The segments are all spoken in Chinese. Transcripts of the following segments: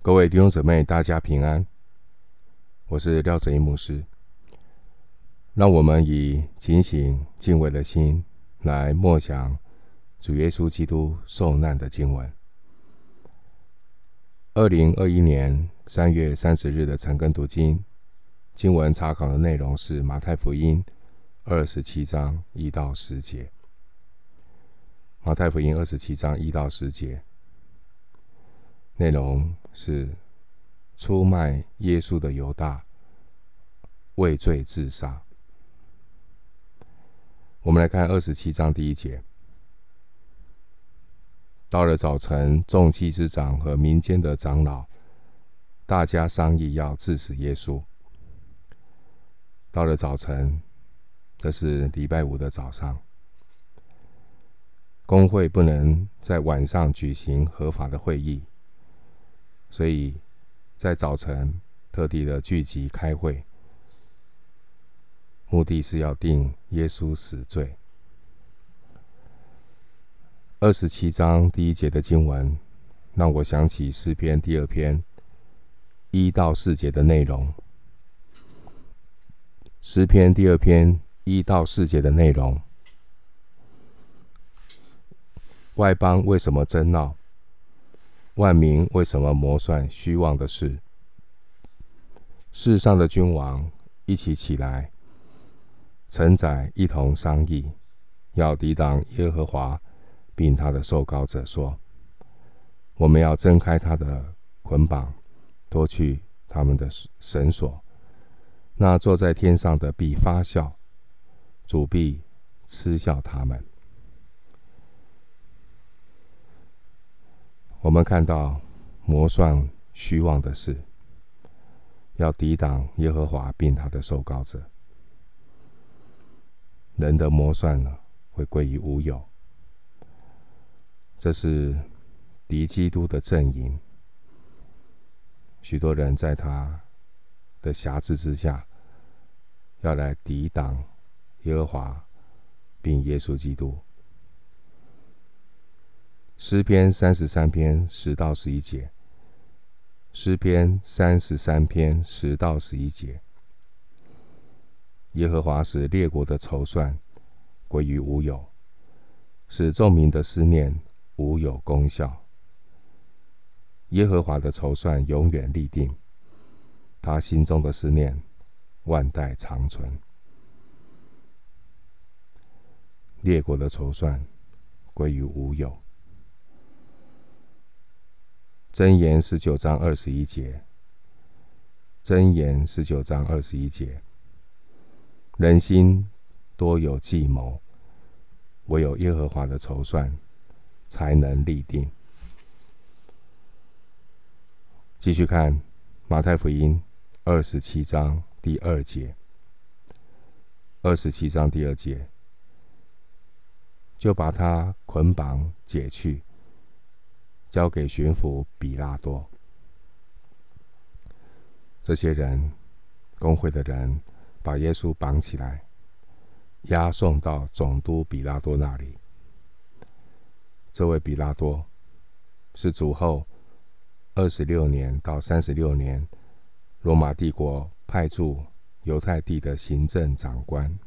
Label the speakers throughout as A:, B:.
A: 各位弟兄姊妹，大家平安。我是廖哲一牧师。让我们以警醒敬畏的心来默想主耶稣基督受难的经文。2021年3月30日的晨更读经，经文查考的内容是马太福音27章1到10节。马太福音27章1到10节，内容是出卖耶稣的犹大畏罪自杀。我们来看27章第1节。到了早晨，众祭司长和民间的长老大家商议要治死耶稣。到了早晨，这是礼拜五的早上。公会不能在晚上举行合法的会议，所以在早晨特地的聚集开会，目的是要定耶稣死罪。27章第1节的经文让我想起诗篇第2篇1到4节的内容。诗篇第2篇1到4节的内容：外邦为什么争闹？万民为什么谋算虚妄的事？世上的君王一起起来，臣宰一同商议，要抵挡耶和华并他的受膏者，说：我们要挣开他的捆绑，脱去他们的绳索。那坐在天上的必发笑，主必嗤笑他们。我们看到谋算虚妄的事，要抵挡耶和华并他的受膏者。人的谋算会归于无有，这是敌基督的阵营。许多人在他的辖制之下，要来抵挡耶和华并耶稣基督。诗篇33篇10到11节，诗篇33篇10到11节，耶和华使列国的筹算归于无有，使众民的思念无有功效。耶和华的筹算永远立定，他心中的思念万代长存。列国的筹算归于无有。箴言19章21节，箴言19章21节，人心多有计谋，唯有耶和华的筹算才能立定。继续看马太福音27章第2节。27章第2节，就把他捆绑解去，交给巡抚比拉多。这些人，公会的人，把耶稣绑起来，押送到总督比拉多那里。这位比拉多是主后26年到36年罗马帝国派驻犹太地的行政长官。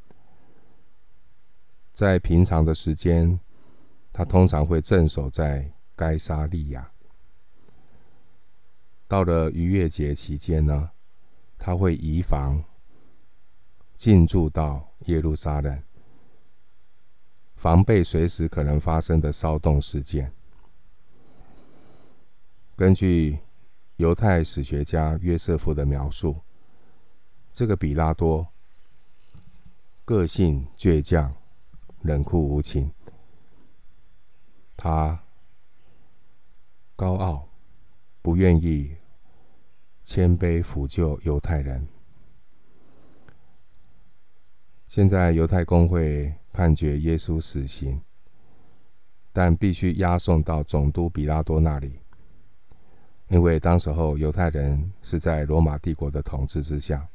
A: 在平常的时间，他通常会镇守在该撒利亚。到了逾越节期间呢，他会移防进驻到耶路撒冷，防备随时可能发生的骚动事件。根据犹太史学家约瑟夫的描述，这个比拉多个性倔强，冷酷无情。他高傲，不愿意谦卑抚救犹太人。现在犹太公会判决耶稣死刑，但必须押送到总督比拉多那里，因为当时候犹太人是在罗马帝国的统治之下，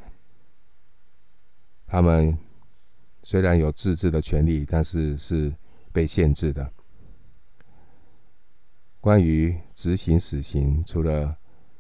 A: 他们虽然有自治的权利，但是是被限制的。 关于执行死刑，除了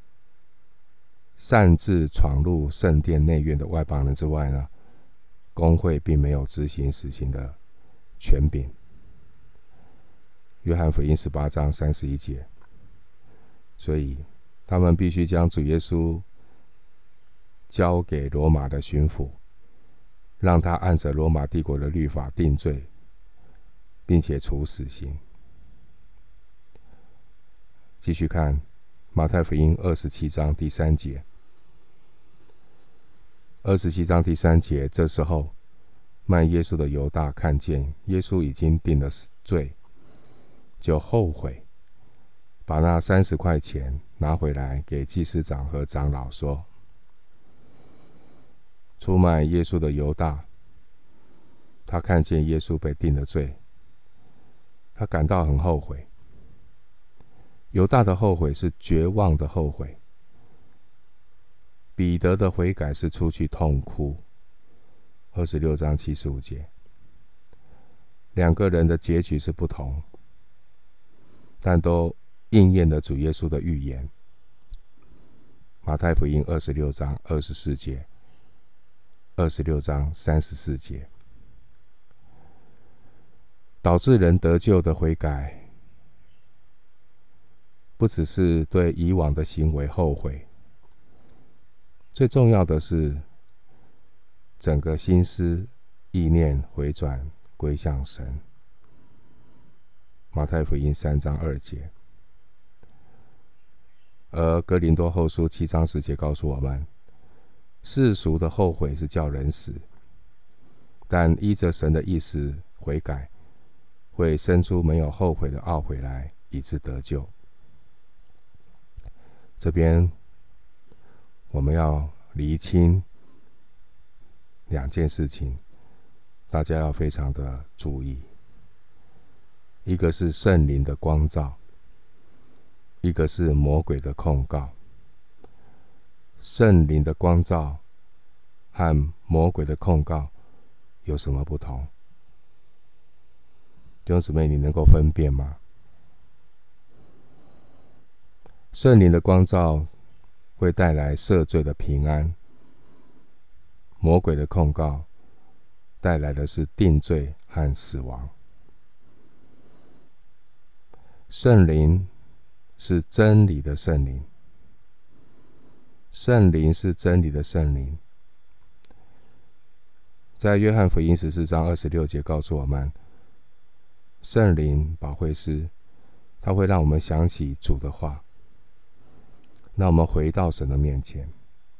A: 擅自闯入圣殿内院的外邦人之外呢，公会并没有执行死刑的权柄。约翰福音18章31节，所以他们必须将主耶稣交给罗马的巡抚，让他按着罗马帝国的律法定罪，并且处死刑。继续看马太福音27章第3节。27章第3节，这时候卖耶稣的犹大看见耶稣已经定了罪，就后悔，把那30块钱拿回来给祭司长和长老说。出卖耶稣的犹大，他看见耶稣被定了罪，他感到很后悔。犹大的后悔是绝望的后悔，彼得的悔改是出去痛哭。26章75节，两个人的结局是不同，但都应验了主耶稣的预言。马太福音26章24节，26章34节，导致人得救的悔改，不只是对以往的行为后悔，最重要的是整个心思意念回转归向神。马太福音3章2节，而哥林多后书7章10节告诉我们，世俗的后悔是叫人死，但依着神的意思悔改，会生出没有后悔的懊悔来，以致得救。这边我们要厘清两件事情，大家要非常的注意。一个是圣灵的光照，一个是魔鬼的控告。圣灵的光照和魔鬼的控告有什么不同？弟兄姊妹，你能够分辨吗？圣灵的光照会带来赦罪的平安，魔鬼的控告带来的是定罪和死亡。圣灵是真理的圣灵，圣灵是真理的圣灵。在约翰福音14章26节告诉我们，圣灵保惠师，他会让我们想起主的话，让我们回到神的面前。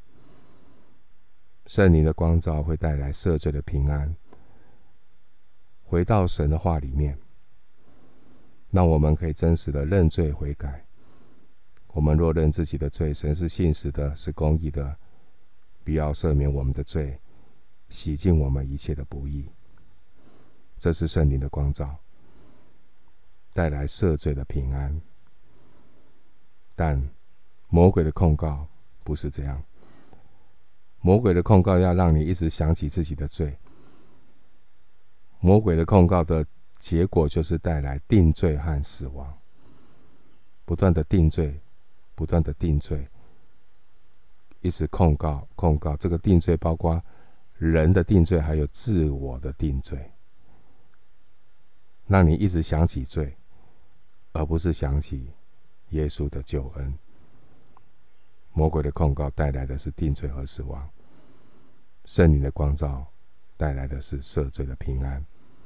A: 圣灵的光照会带来赦罪的平安，回到神的话里面，让我们可以真实的认罪悔改。我们若认自己的罪，神是信实的，是公义的，必要赦免我们的罪，洗净我们一切的不义。这是圣灵的光照，带来赦罪的平安。但魔鬼的控告不是这样，魔鬼的控告要让你一直想起自己的罪，魔鬼的控告的结果就是带来定罪和死亡，不断的定罪，不断的定罪，一直控告。这个定罪包括人的定罪，还有自我的定罪，让你一直想起罪，而不是想起耶稣的救恩。魔鬼的控告带来的是定罪和死亡，圣灵的光照带来的是赦罪的平安。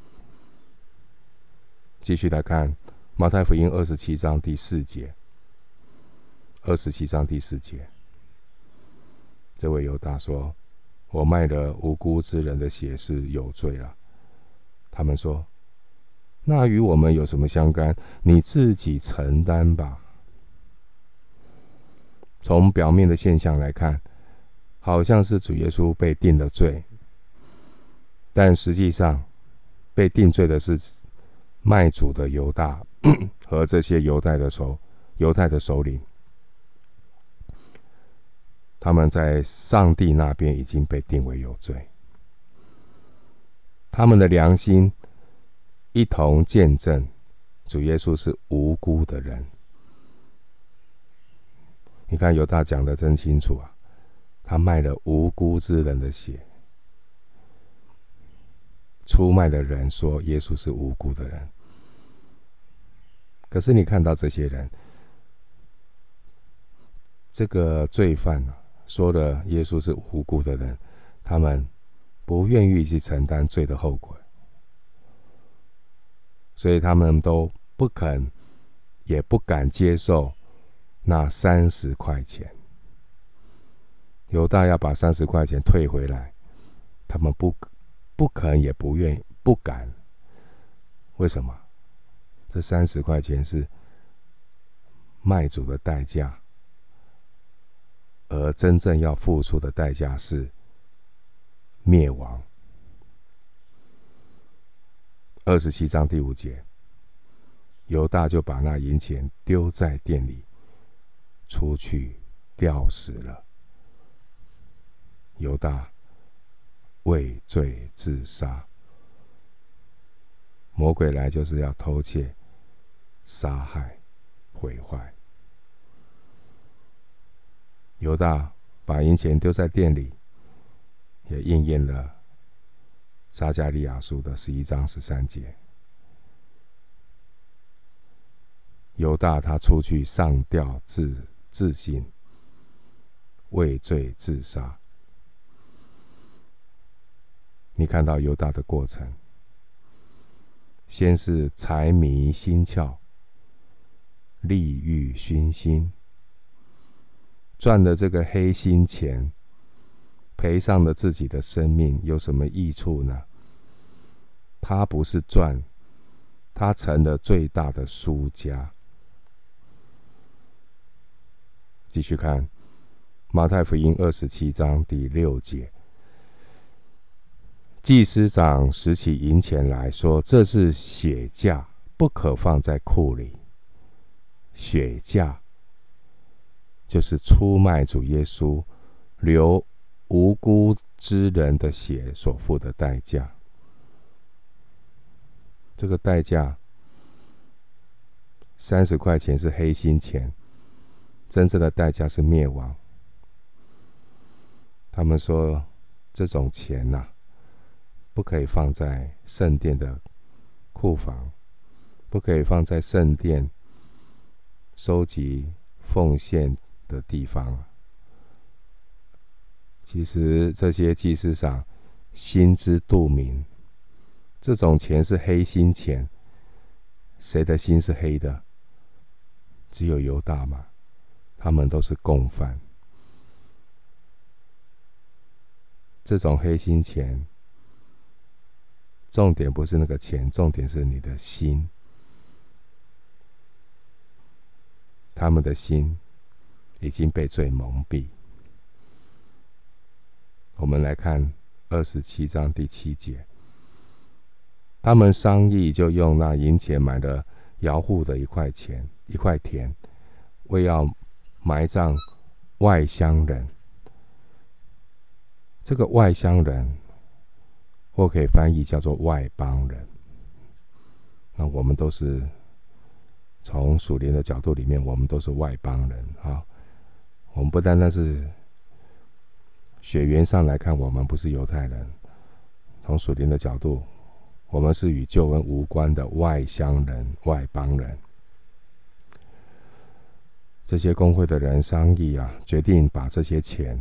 A: 继续来看马太福音27章第4节。27章第4节，这位犹大说，我卖了无辜之人的血是有罪了。他们说，那与我们有什么相干？你自己承担吧。从表面的现象来看，好像是主耶稣被定了罪，但实际上被定罪的是卖主的犹大和这些犹太的首领。他们在上帝那边已经被定为有罪，他们的良心一同见证主耶稣是无辜的人， 你看犹大讲得真清楚啊，他卖了无辜之人的血。出卖的人说耶稣是无辜的人，可是你看到这些人，这个罪犯说了耶稣是无辜的人，他们不愿意去承担罪的后果，所以他们都不肯也不敢接受那30块钱。犹大要把30块钱退回来，他们不肯也不愿意不敢。为什么？这30块钱是卖主的代价，而真正要付出的代价是灭亡。27章第5节，犹大就把那银钱丢在店里，出去吊死了。犹大畏罪自杀。魔鬼来就是要偷窃、杀害、毁坏。犹大把银钱丢在店里，也应验了撒迦利亚书的11章13节。犹大他出去上吊自尽，畏罪自杀。你看到犹大的过程，先是财迷心窍，利欲熏心，赚了这个黑心钱，赔上了自己的生命，有什么益处呢？他不是赚，他成了最大的输家。继续看马太福音27章第6节，祭司长拾起银钱来说，这是血价，不可放在库里。血价就是出卖主耶稣流无辜之人的血所付的代价。这个代价30块钱是黑心钱，真正的代价是灭亡。他们说这种钱不可以放在圣殿的库房，不可以放在圣殿收集奉献的地方。其实这些祭司长心知肚明，这种钱是黑心钱。谁的心是黑的？只有犹大嘛，他们都是共犯。这种黑心钱，重点不是那个钱，重点是你的心。他们的心已经被罪蒙蔽。我们来看27章第7节，他们商议，就用那银钱买了窑户的一块田，为要埋葬外乡人。这个外乡人或可以翻译叫做外邦人。那我们都是从属灵的角度里面，我们都是外邦人啊。我们不单单是血缘上来看，我们不是犹太人，从属灵的角度，我们是与救恩无关的外乡人、外邦人。这些公会的人商议决定把这些钱，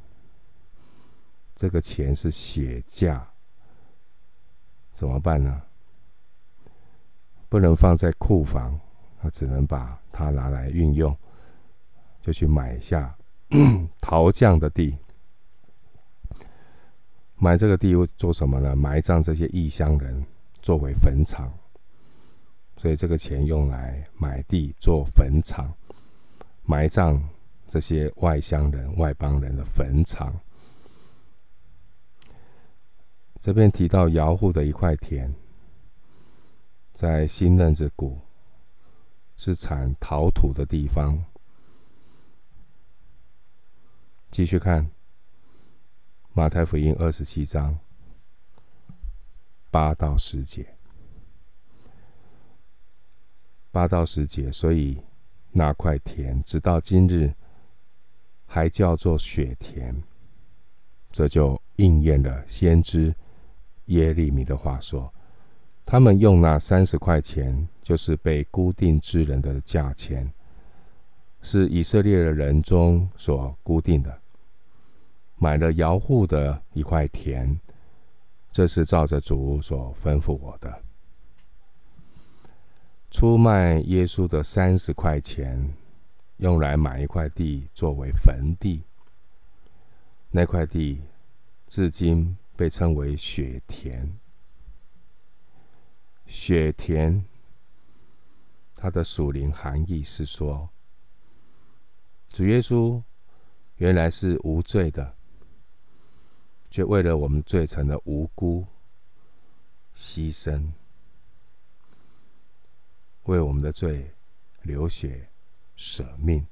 A: 这个钱是血价，怎么办呢？不能放在库房，他只能把它拿来运用，就去买下陶匠的地。买这个地做什么呢？埋葬这些异乡人，作为坟场。所以这个钱用来买地做坟场，埋葬这些外乡人、外邦人的坟场。这边提到窑户的一块田，在新嫩子谷，是产陶土的地方。继续看马太福音27章8到10节，8到10节，所以那块田直到今日还叫做雪田。这就应验了先知耶利米的话说，他们用那30块钱，就是被固定之人的价钱，是以色列的人中所固定的，买了窑户的一块田，这是照着主所吩咐我的。出卖耶稣的30块钱，用来买一块地作为坟地，那块地至今被称为雪田。雪田它的属灵含义是说，主耶稣原来是无罪的，却为了我们罪成的无辜牺牲，为我们的罪流血舍命。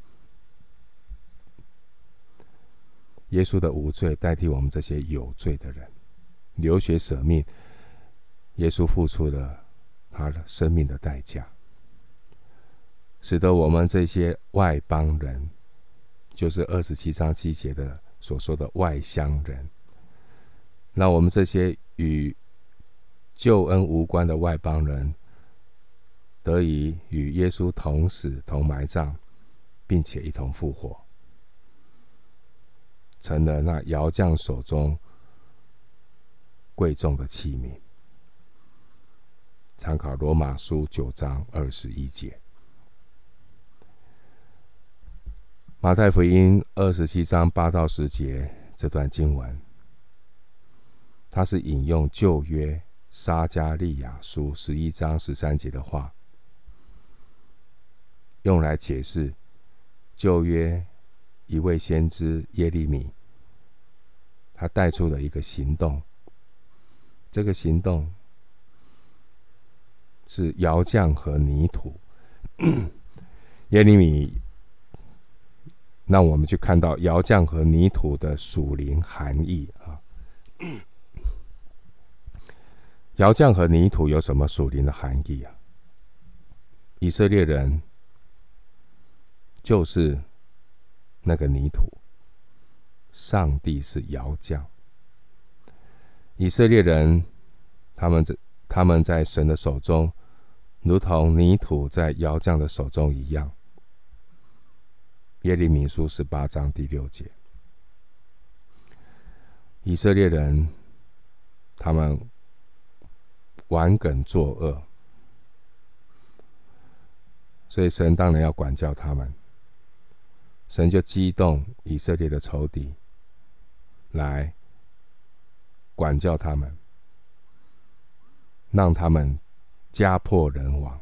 A: 耶稣的无罪代替我们这些有罪的人流血舍命，耶稣付出了他的生命的代价，使得我们这些外邦人，就是27章7节的所说的外乡人，让我们这些与救恩无关的外邦人，得以与耶稣同死同埋葬，并且一同复活，成了那窑匠手中贵重的器皿。参考罗马书9章21节，马太福音27章8到10节这段经文，它是引用旧约撒迦利亚书11章13节的话，用来解释旧约一位先知耶利米，他带出了一个行动，这个行动是窑匠和泥土。耶利米让我们去看到窑匠和泥土的属灵含义啊。窑匠和泥土有什么属灵的含义啊？以色列人就是那个泥土，上帝是窑匠。以色列人他们在神的手中，如同泥土在窑匠的手中一样。耶利米书18章第6节，以色列人他们顽梗作恶，所以神当然要管教他们。神就激动以色列的仇敌来管教他们，让他们家破人亡，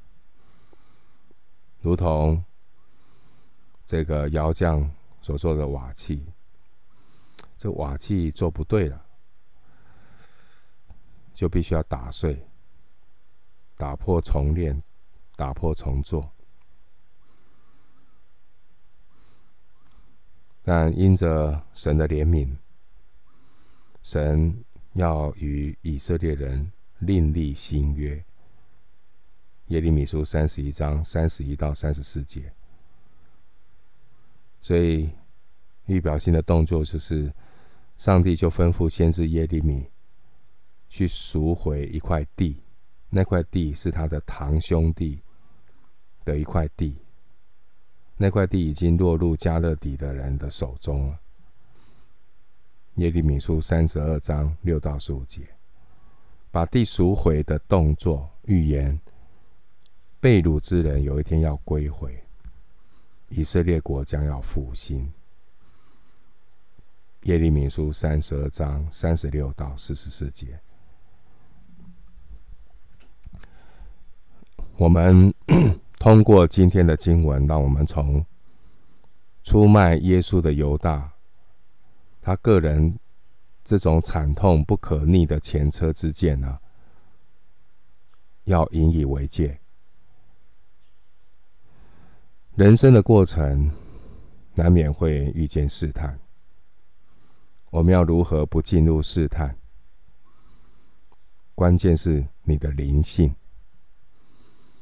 A: 如同这个窑匠所做的瓦器，这瓦器做不对了，就必须要打碎，打破重练，打破重做。但因着神的怜悯，神要与以色列人另立新约。耶利米书31章31到34节。所以预表性的动作就是，上帝就吩咐先知耶利米去赎回一块地，那块地是他的堂兄弟的一块地，那块地已经落入迦勒底的人的手中了。耶利米书32章6到15节，把地赎回的动作预言被掳之人有一天要归回，以色列国将要复兴。耶利米书32章36到44节。我们通过今天的经文，让我们从出卖耶稣的犹大，他个人这种惨痛不可逆的前车之鉴呢，要引以为戒。人生的过程难免会遇见试探，我们要如何不进入试探？关键是你的灵性，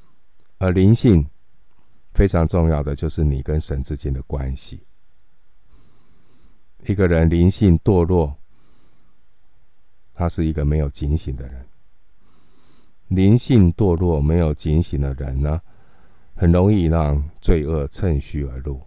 A: 而灵性非常重要的就是你跟神之间的关系。 一个人灵性堕落，他是一个没有警醒的人。灵性堕落没有警醒的人呢，很容易让罪恶趁虚而入，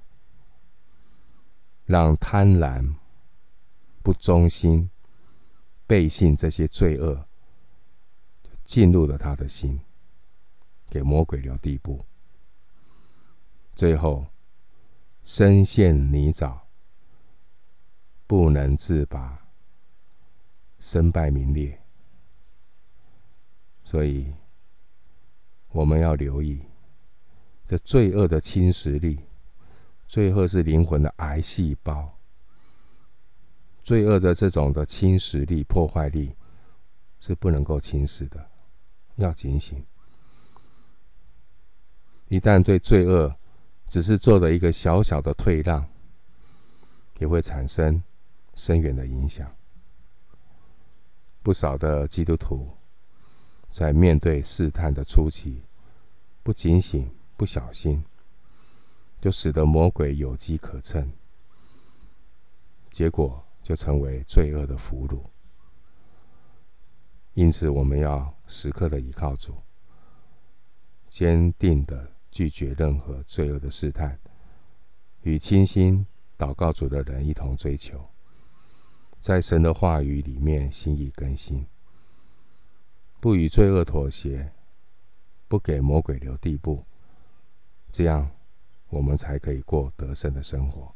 A: 让贪婪、不忠心、背信这些罪恶进入了他的心，给魔鬼留地步，最后深陷泥沼，不能自拔，身败名裂。所以我们要留意这罪恶的侵蚀力。罪恶是灵魂的癌细胞，罪恶的这种的侵蚀力、破坏力是不能够轻视的，要警醒。一旦对罪恶只是做了一个小小的退让，也会产生深远的影响。不少的基督徒在面对试探的初期，不警醒、不小心，就使得魔鬼有机可乘，结果就成为罪恶的俘虏。因此，我们要时刻的倚靠主，坚定的拒绝任何罪恶的试探，与倾心祷告主的人一同追求，在神的话语里面心意更新，不与罪恶妥协，不给魔鬼留地步，这样我们才可以过得胜的生活。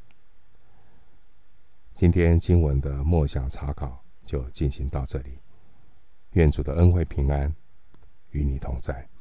A: 今天经文的默想查考就进行到这里，愿主的恩惠平安与你同在。